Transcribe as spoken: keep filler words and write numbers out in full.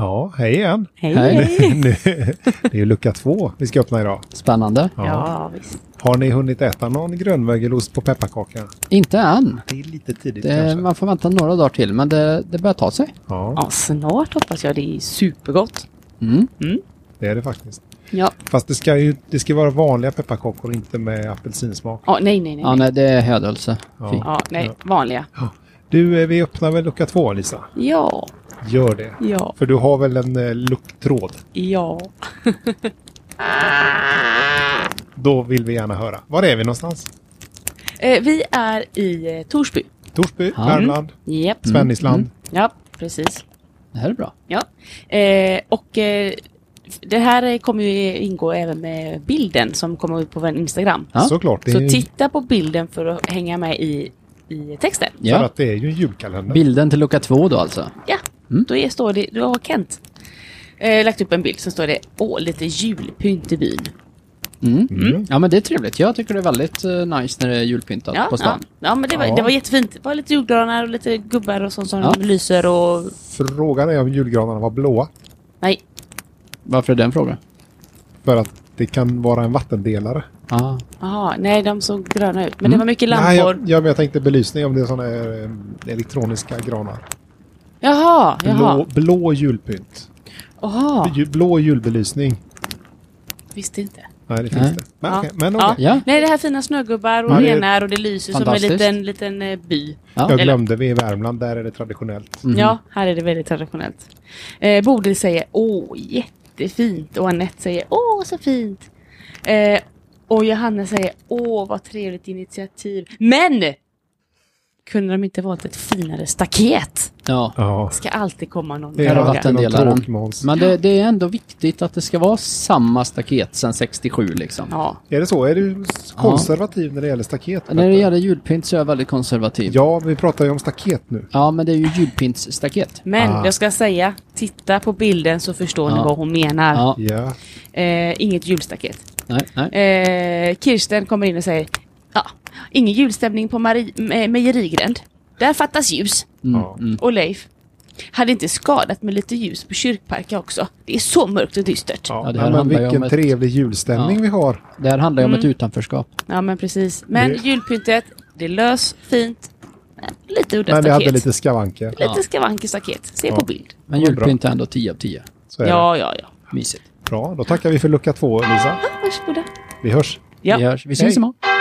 Ja, hej igen. Hej, Hej. hej. Nu- Det är ju lucka två vi ska öppna idag. Spännande. Ja. Ja, visst. Har ni hunnit äta någon grönvägelost på pepparkaka? Inte än. Det är lite tidigt Det, kanske. man får vänta några dagar till, men det, det börjar ta sig. Ja, Ja, snart hoppas jag. Det är supergott. Mm. det är det faktiskt. Ja. Fast det ska ju det ska vara vanliga pepparkakor, inte med apelsinsmak. Ja, nej, nej, nej. Ja, nej, det är hädelse. Ja. Fy. Ja, nej. Vanliga. Du, eh, vi öppnar väl lucka två, Lisa? Ja, Gör det. ja, För du har väl en eh, lucktråd? ja. Då vill vi gärna höra. Var är vi någonstans? Eh, vi är i eh, Torsby. Torsby, Ja. Värmland, Japp. Svennisland. Ja, precis. Det här är bra. Ja. Eh, och eh, det här kommer ju ingå även med bilden som kommer ut på vår Instagram. Ja. Såklart. Det är Så ju, titta på bilden för att hänga med i, i texten. för Ja. att det är ju en julkalender. Bilden till lucka två då alltså. Ja, då är, står det, då har Kent eh, lagt upp en bild som står det åh, lite julpynt i byn. Mm. Mm. Ja, men det är trevligt. Jag tycker det är väldigt uh, nice när det är julpyntat Ja, på ja, stan. ja, men det var, Ja. det var jättefint. Det var lite julgranar och lite gubbar och sånt som Ja. lyser och... Frågan är om julgranarna var blåa. Nej, Varför är det en fråga? För att det kan vara en vattendelare. Ah. aha, nej, de såg gröna ut. Men det Mm. var mycket lampor. Nej, jag, ja, men jag tänkte belysning om det är sådana eh, elektroniska granar. Jaha, jaha. Blå, blå julpynt. Jaha, Ju- Blå julbelysning. visste inte. Nej, det finns Nej. det. Men Ja. okej, men Ja. okej. Ja. Nej, det här fina snögubbar och Ja, det är- renar och det lyser som en Fantastiskt. liten, liten eh, by. Ja. Jag glömde, vi är i Värmland, där är det traditionellt. Mhm. Ja, här är det väldigt traditionellt. Eh, Bodil säger åh, jättefint. Och Annette säger åh, så fint. Eh, och Johanna säger åh, vad trevligt initiativ. Men! Kunde de inte valt ett finare staket? Ja. Ja, Ska alltid komma någon det Här är är fråga. alltid någon vattendelaren. tråkmåns. Men det, det är ändå viktigt att det ska vara samma staket sedan sextiosju liksom. Ja, Är det så? Är du konservativ när det gäller staket? När det gäller julpynt så är jag väldigt konservativ. Ja, vi pratar ju om staket nu. Ja, men det är ju julpyntsstaket. men Ah. jag ska säga, titta på bilden så förstår ni Ja. vad hon menar. Ja, Ja, Eh, inget julstaket. nej, nej. Eh, Kirsten kommer in och säger ja, ingen julstämning på Mari- me- Mejerigränd. Där fattas ljus. Mm, Ja. mm. Och Leif, hade inte skadat med lite ljus på Kyrkparken också. Det är så mörkt och dystert. Ja, ja, Ja, det det här men handlar ju vilken om ett- trevlig julstämning Ja. vi har. Det här handlar ju om Mm. ett utanförskap. men precis. Men Det- julpyntet, det är lös, fint, lite udda Men det staket. hade lite skavanker. Lite Ja. skavanker staket. Se Ja. på bild. Men Ja, bra. julpynt är ändå tio av tio. Så är Ja, ja, ja. Mysigt. det. Bra, då tackar vi för lucka två, Lisa. Varsågoda. Vi hörs. Ja. Vi hörs. Vi syns Hej. imorgon.